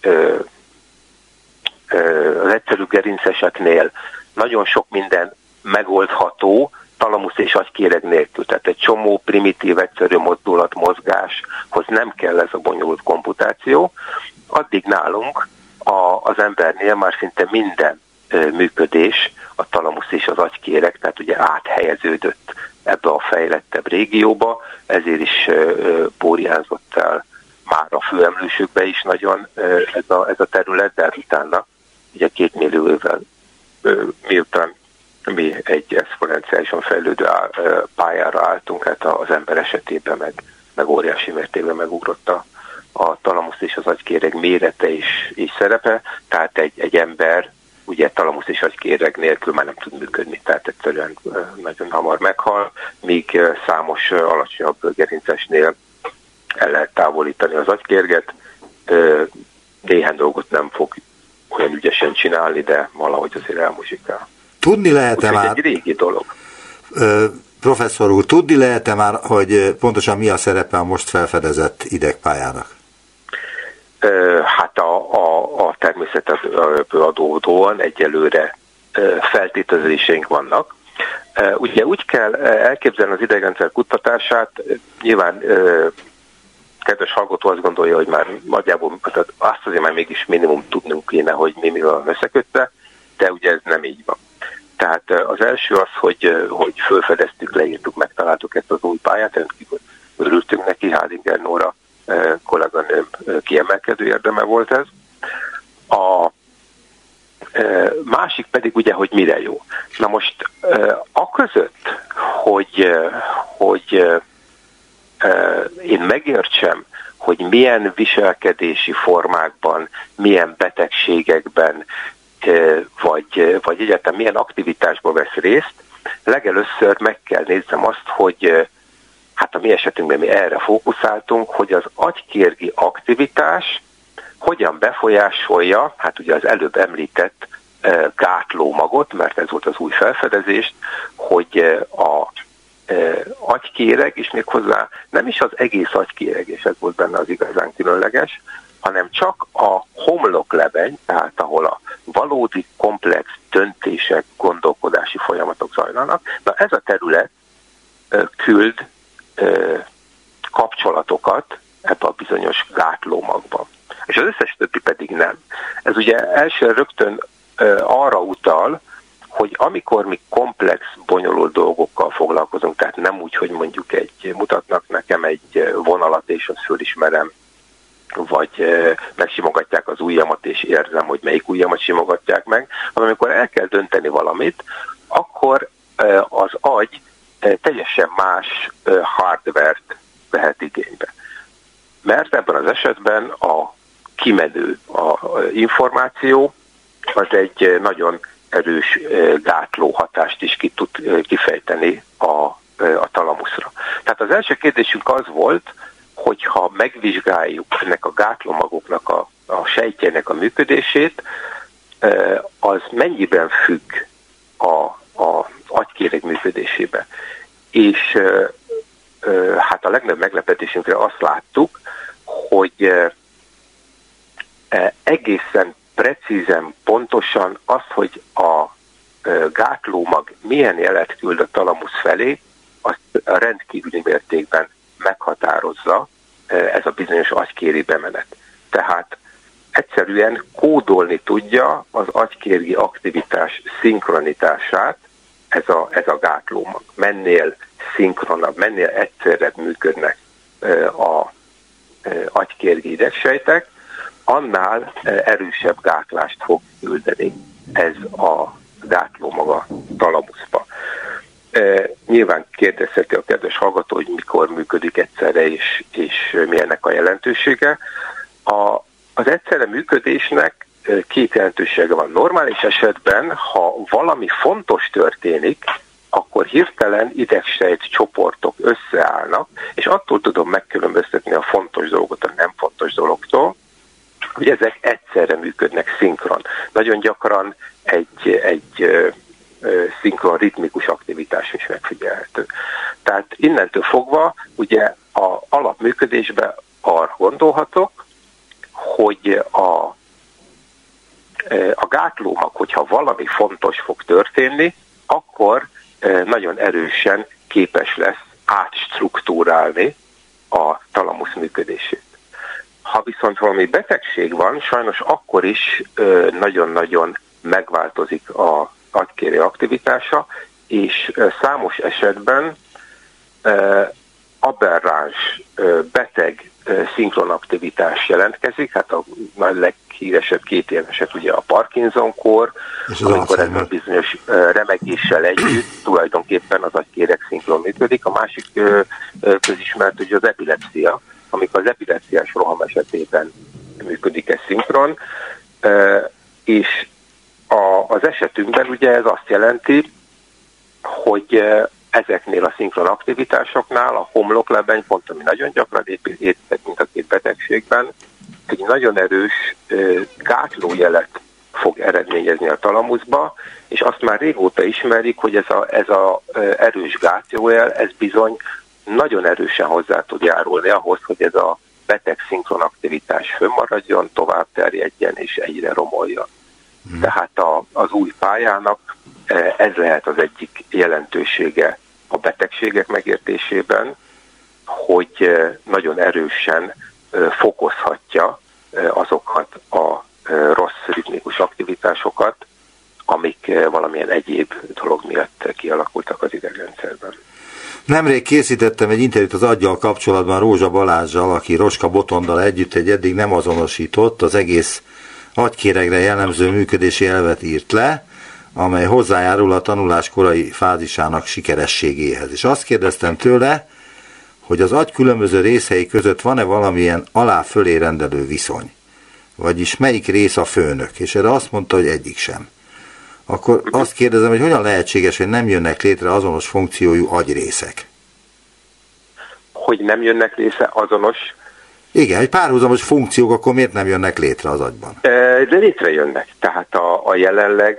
gerinceseknél nagyon sok minden megoldható, talamusz és agykéreg nélkül. Tehát egy csomó primitív, egyszerű mozdulat, mozgáshoz nem kell ez a bonyolult komputáció. Addig nálunk az embernél már szinte minden működés, a talamusz és az agykéreg, tehát ugye áthelyeződött ebbe a fejlettebb régióba, ezért is bórjánzott el már a főemlősökbe is nagyon ez a terület, de utána ugye 2 millió évvel miután mi egy exponenciálisan fejlődő pályára álltunk, hát az ember esetében meg óriási mértékben megugrott a talamusz és az agykéreg mérete és szerepe, tehát egy ember ugye talamusz és agykéreg nélkül már nem tud működni, tehát egyszerűen nagyon hamar meghal, míg számos alacsonyabb gerincesnél el lehet távolítani az agykérget, néhány dolgot nem fog olyan ügyesen csinálni, de valahogy azért elmuzsikál. Tudni lehet-e már, egy régi dolog. Professzor úr, tudni lehet-e már, hogy pontosan mi a szerepe a most felfedezett idegpályának? Hát a természetből adódóan egyelőre feltételezéseink vannak. Ugye úgy kell elképzelni az idegrendszer kutatását, nyilván kedves hallgató azt gondolja, hogy már nagyjából azt azért már mégis minimum tudnunk kéne, hogy mi van összekötve, de ugye ez nem így van. Tehát az első az, hogy felfedeztük, leírtuk, megtaláltuk ezt az új pályát, rendkívül örültünk neki, Hádinger Nóra kolléganőm kiemelkedő érdeme volt ez. A másik pedig ugye, hogy mire jó. Na most aközött, hogy én megértsem, hogy milyen viselkedési formákban, milyen betegségekben, vagy egyáltalán milyen aktivitásban vesz részt, legelőször meg kell nézzem azt, hogy hát a mi esetünkben mi erre fókuszáltunk, hogy az agykérgi aktivitás hogyan befolyásolja, hát ugye az előbb említett gátlómagot, mert ez volt az új felfedezés, hogy a agykéreg, és méghozzá nem is az egész agykéreg, és ez volt benne az igazán különleges, hanem csak a homloklebeny, tehát ahol a valódi komplex döntések, gondolkodási folyamatok zajlanak. Na ez a terület küld kapcsolatokat ebbe a bizonyos gátlómagba. És az összes többi pedig nem. Ez ugye első rögtön arra utal, hogy amikor mi komplex, bonyolult dolgokkal foglalkozunk, tehát nem úgy, hogy mondjuk mutatnak nekem egy vonalat, és azt fölismerem, vagy megsimogatják az ujjamat, és érzem, hogy melyik ujjamat simogatják meg, hanem amikor el kell dönteni valamit, akkor az agy teljesen más hardware-t vehet igénybe. Mert ebben az esetben a kimenő információ az egy nagyon erős gátló hatást is ki tud kifejteni a talamuszra. Tehát az első kérdésünk az volt, hogyha megvizsgáljuk ennek a gátlómagoknak a sejtjeinek a működését, az mennyiben függ az agykéreg működésébe. És hát a legnagyobb meglepetésünkre azt láttuk, hogy egészen precízen, pontosan az, hogy a gátlómag milyen jelet küld a talamusz felé, azt rendkívüli mértékben meghatározza ez a bizonyos agykéri bemenet. Tehát egyszerűen kódolni tudja az agykérgi aktivitás szinkronitását ez a gátlómag. Mennél szinkronabb, mennél egyszerre működnek az agykérgi idegsejtek, annál erősebb gátlást fog küldeni ez a gátlómag a talamuszba. Nyilván kérdezheti a kedves hallgató, hogy mikor működik egyszerre, és mi ennek a jelentősége. Az egyszerre működésnek 2 jelentősége van. Normális esetben, ha valami fontos történik, akkor hirtelen idegsejt csoportok összeállnak, és attól tudom megkülönböztetni a fontos dolgot a nem fontos dologtól, hogy ezek egyszerre működnek szinkron. Nagyon gyakran egy egy szinkron ritmikus aktivitás is megfigyelhető. Tehát innentől fogva ugye az alapműködésben arra gondolhatok, hogy a gátlómag, hogyha valami fontos fog történni, akkor nagyon erősen képes lesz átstruktúrálni a talamusz működését. Ha viszont valami betegség van, sajnos akkor is nagyon-nagyon megváltozik az agykérő aktivitása, és számos esetben aberráns, beteg szinkronaktivitás jelentkezik. Hát a leghíresebb két ilyen eset ugye a Parkinson-kór, amikor ez a bizonyos remegéssel együtt tulajdonképpen az agykéreg szinkron működik. A másik közismert ugye az epilepszia, amikor az epilepsziás roham esetében működik ez szinkron, és az esetünkben ugye ez azt jelenti, hogy ezeknél a szinkron aktivitásoknál a homloklebeny, pont ami nagyon gyakran építek, mint a két betegségben, egy nagyon erős gátlójelet fog eredményezni a talamuszba, és azt már régóta ismerik, hogy ez a erős gátlójel, ez bizony nagyon erősen hozzá tud járulni ahhoz, hogy ez a beteg szinkron aktivitás fönnmaradjon, tovább terjedjen és egyre romoljon. Tehát az új pályának ez lehet az egyik jelentősége a betegségek megértésében, hogy nagyon erősen fokozhatja azokat a rossz ritmikus aktivitásokat, amik valamilyen egyéb dolog miatt kialakultak az idegrendszerben. Nemrég készítettem egy interjút az aggyal kapcsolatban Rózsa Balázssal, aki Roska Botondal együtt egy eddig nem azonosított, az egész agykéregre jellemző működési elvet írt le, amely hozzájárul a tanulás korai fázisának sikerességéhez. És azt kérdeztem tőle, hogy az agy különböző részei között van-e valamilyen alá-fölé rendelő viszony? Vagyis melyik rész a főnök? És erre azt mondta, hogy egyik sem. Akkor azt kérdezem, hogy hogyan lehetséges, hogy nem jönnek létre azonos funkciójú agyrészek? Hogy nem jönnek létre azonos? Igen, egy párhuzamos funkciók, akkor miért nem jönnek létre az agyban? De létrejönnek. Tehát a jelenleg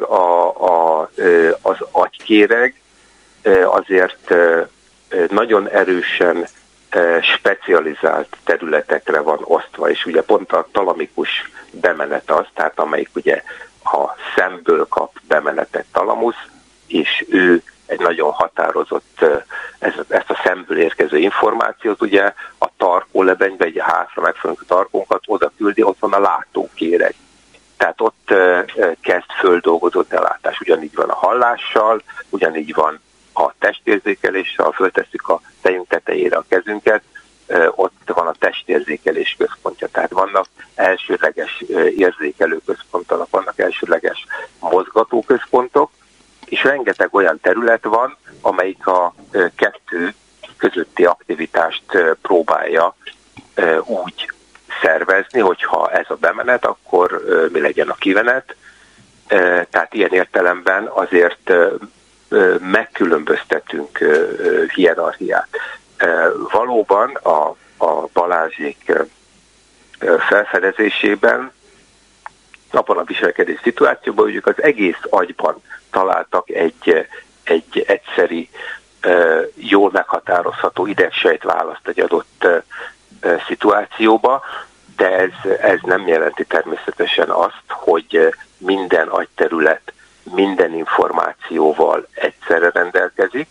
az agykéreg azért nagyon erősen specializált területekre van osztva, és ugye pont a talamikus bemenet az, tehát amelyik ugye a szemből kap bemenetet talamusz, és ő egy nagyon határozott, ezt a szemből érkező információt ugye a tarkólebenybe, egy hátra megfelelő tarkónkat oda küldi, ott van a látókéreg. Tehát ott kezd földolgozott ellátás. Ugyanígy van a hallással, ugyanígy van a testérzékeléssel, ha föltesszük a fejünk tetejére a kezünket, ott van a testérzékelés központja. Tehát vannak elsőleges érzékelő központok, vannak elsőleges mozgató központok, és rengeteg olyan terület van, amelyik a kettő közötti aktivitást próbálja úgy szervezni, hogyha ez a bemenet, akkor mi legyen a kivenet. Tehát ilyen értelemben azért megkülönböztetünk hierarchiát. Valóban a Balázsék felfedezésében abban a viselkedés szituációban, hogy ők az egész agyban találtak egy egyszeri, jól meghatározható idegsejtválaszt egy adott szituációba, de ez nem jelenti természetesen azt, hogy minden agyterület minden információval egyszerre rendelkezik,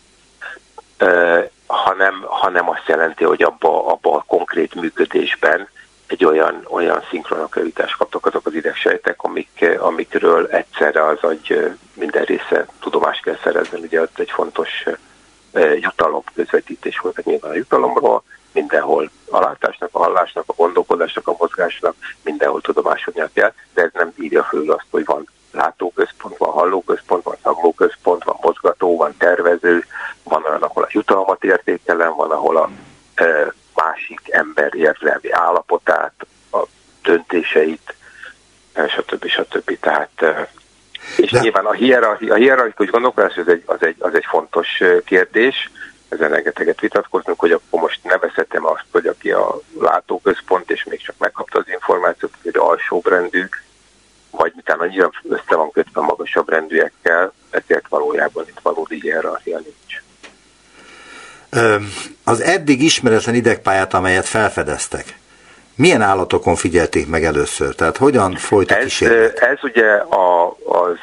hanem azt jelenti, hogy abba a konkrét működésben egy olyan szinkronaktivitást kaptak azok az idegsejtek, amikről egyszerre az agy minden része tudomást kell szerezni. Ugye ott egy fontos jutalom közvetítés volt, nyilván a jutalomról, mindenhol a látásnak, a hallásnak, a gondolkodásnak, a mozgásnak, mindenhol tudomásodnia kell, de ez nem írja föl azt, hogy van látóközpont, van hallóközpont, van szaglóközpont, van mozgató, van tervező, van olyan, ahol a jutalmat értékelem, van, ahol a másik ember érzelmi állapotát, a döntéseit, stb. Tehát, és nyilván a hierarchikus gondolkodás az egy fontos kérdés, ezen rengeteget vitatkozunk, hogy akkor most nevezhetem azt, hogy aki a látóközpont, és még csak megkapta az információt, hogy alsóbrendű, vagy miután annyira össze van kötve magasabb rendűekkel, ezért valójában itt valódi hierarchia nincs. Az eddig ismeretlen idegpályát, amelyet felfedeztek, milyen állatokon figyelték meg először? Tehát hogyan folyt a kísérlet? Ez ugye a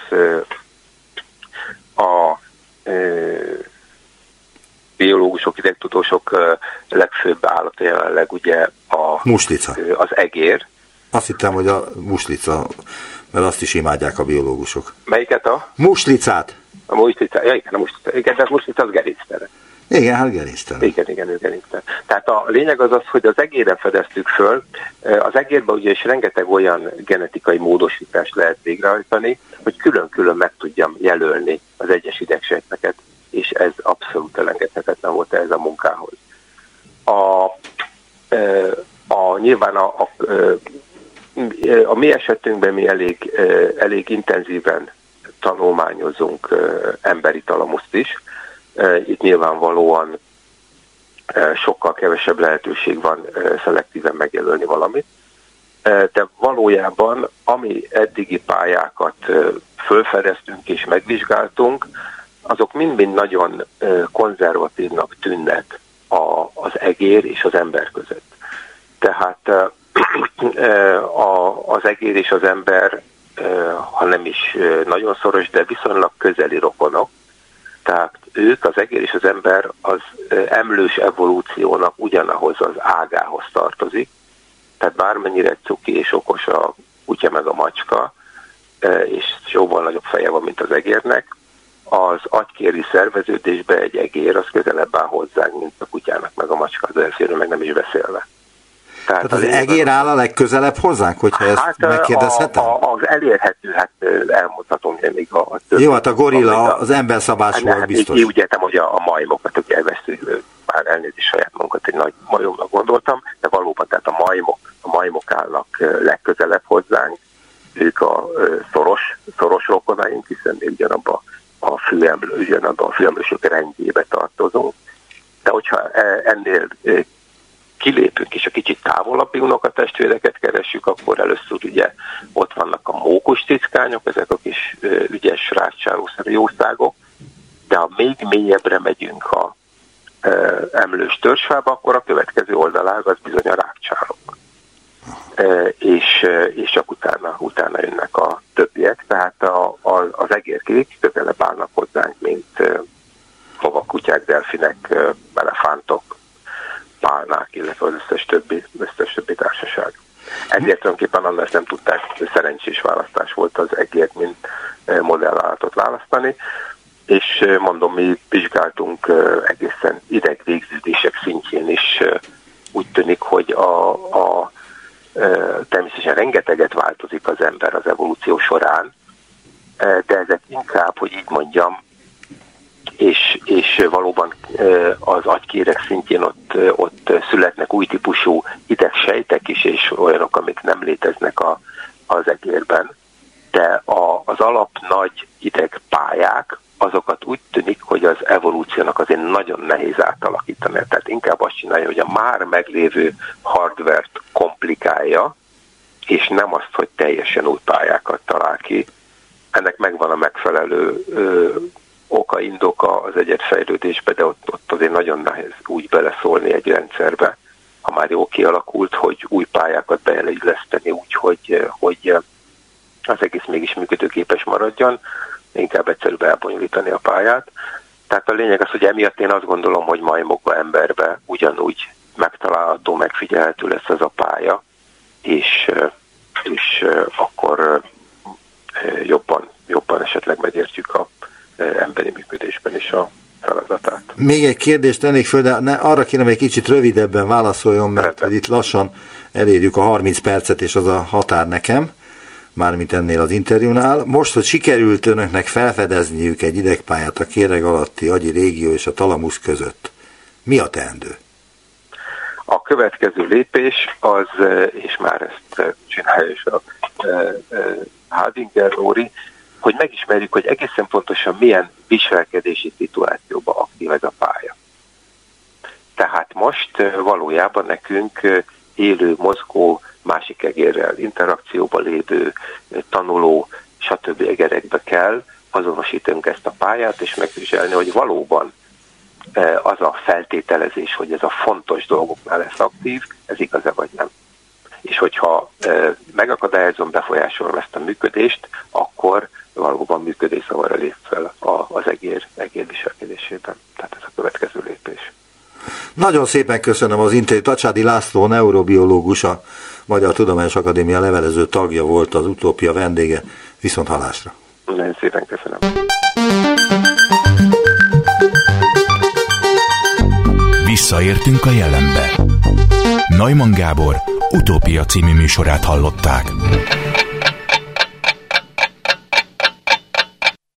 biológusok, idegtudósok legfőbb állata jelenleg ugye muslica. Az egér. Azt hittem, hogy a muslica, mert azt is imádják a biológusok. Melyiket muslicát. A muslica, ja igen, a muslica. Igen, de a muslica az gerinctere. Igen, hát gerinctere. Igen, ő gerinctere. Tehát a lényeg az, hogy az egéren fedeztük föl. Az egérben ugye is rengeteg olyan genetikai módosítást lehet végrehajtani, hogy külön-külön meg tudjam jelölni az egyes idegsejteket, és ez abszolút elengedhetetlen volt ez a munkához. Nyilván a mi esetünkben mi elég intenzíven tanulmányozunk emberi talamuszt is. Itt nyilvánvalóan sokkal kevesebb lehetőség van szelektíven megjelölni valamit. De valójában, ami eddigi pályákat fölfedeztünk és megvizsgáltunk, azok mind-mind nagyon konzervatívnak tűnnek az egér és az ember között. Tehát az egér és az ember, ha nem is nagyon szoros, de viszonylag közeli rokonok. Tehát ők, az egér és az ember az emlős evolúciónak ugyanahoz az ágához tartozik. Tehát bármennyire cuki és okos a kutya meg a macska, és jóval nagyobb feje van, mint az egérnek, az agykéri szerveződésbe egy egér az közelebb áll hozzánk, mint a kutyának meg a macska, az elférő meg nem is beszélve. Tehát az egér áll a legközelebb hozzánk, hogyha ezt megkérdezhetem? Az elérhető, elmondhatom, hogy még a több. Jó, hát a gorilla az emberszabás volt biztos. Úgy értem, hogy a majmokat, ugye elvesztük, már elnézést saját magunkat egy nagy majomnak gondoltam, de valóban tehát a majmok állnak legközelebb hozzánk, ők a szoros rokonaink, hiszen ugyanabban a főemlősök rendjébe tartozunk. De hogyha ennél kilépünk és a kicsit távolabbi unokatestvéreket keressük, akkor először ugye ott vannak a mókus cickányok, ezek a kis ügyes ráccsálószerű jószágok, de ha még mélyebbre megyünk a emlős törzsfába, akkor a következő oldalág az bizony a rákcsálók. És csak utána jönnek a többiek, tehát az egérkék közelebb állnak hozzánk, mint lovak, kutyák, delfinek, elefántok, pálnák, illetve az összes többi társaság. Ezért tulajdonképpen annál nem tudták, szerencsés választás volt az egért, mint modellállatot választani, és mondom, mi vizsgáltunk egészen idegvégződések szintjén is. Úgy tűnik, hogy természetesen rengeteget változik az ember az evolúció során, de ezek inkább, hogy így mondjam, és valóban az agykérek szintjén ott születnek új típusú idegsejtek is, és olyanok, amik nem léteznek az egérben. De az alap nagy idegpályák, azokat úgy tűnik, hogy az evolúciónak azért nagyon nehéz átalakítani. Tehát inkább azt csinálja, hogy a már meglévő hardvert komplikálja, és nem azt, hogy teljesen új pályákat talál ki. Ennek megvan a megfelelő oka, indoka az egyedfejlődésbe, de ott azért nagyon nehéz úgy beleszólni egy rendszerbe, ha már jó kialakult, hogy új pályákat beilleszteni úgy, hogy az egész mégis működőképes maradjon, inkább egyszerűbb elbonyolítani a pályát. Tehát a lényeg az, hogy emiatt én azt gondolom, hogy majmokba, emberbe ugyanúgy megtalálható, megfigyelhető lesz ez a pálya, és akkor jobban esetleg megértjük a emberi működésben is a feladatát. Még egy kérdést tennék föl, de arra kérem, egy kicsit rövidebben válaszoljon, mert itt lassan elérjük a 30 percet, és az a határ nekem, mármint ennél az interjúnál. Most, hogy sikerült önöknek felfedezniük egy idegpályát a kéreg alatti agyi régió és a talamusz között, mi a teendő? A következő lépés az, és már ezt csinálja is a Hadinger Nóri, hogy megismerjük, hogy egészen pontosan milyen viselkedési szituációban aktív ez a pálya. Tehát most valójában nekünk élő, mozgó másik egérrel interakcióba lévő, tanuló, stb. Egerekbe kell azonosítanunk ezt a pályát, és megvizsgálni, hogy valóban az a feltételezés, hogy ez a fontos dolgoknál lesz aktív, ez igaz-e vagy nem. És hogyha megakadályozom, befolyásolom ezt a működést, akkor valóban működészavarra lép fel az egér viselkedésében. Tehát ez a következő lépés. Nagyon szépen köszönöm az interjút. Tacsádi László, neurobiológus, a Magyar Tudományos Akadémia levelező tagja volt, az Utópia vendége. Viszont hallásra. Nagyon szépen köszönöm. Visszaértünk a jelenbe. Neumann Gábor Utópia című műsorát hallották.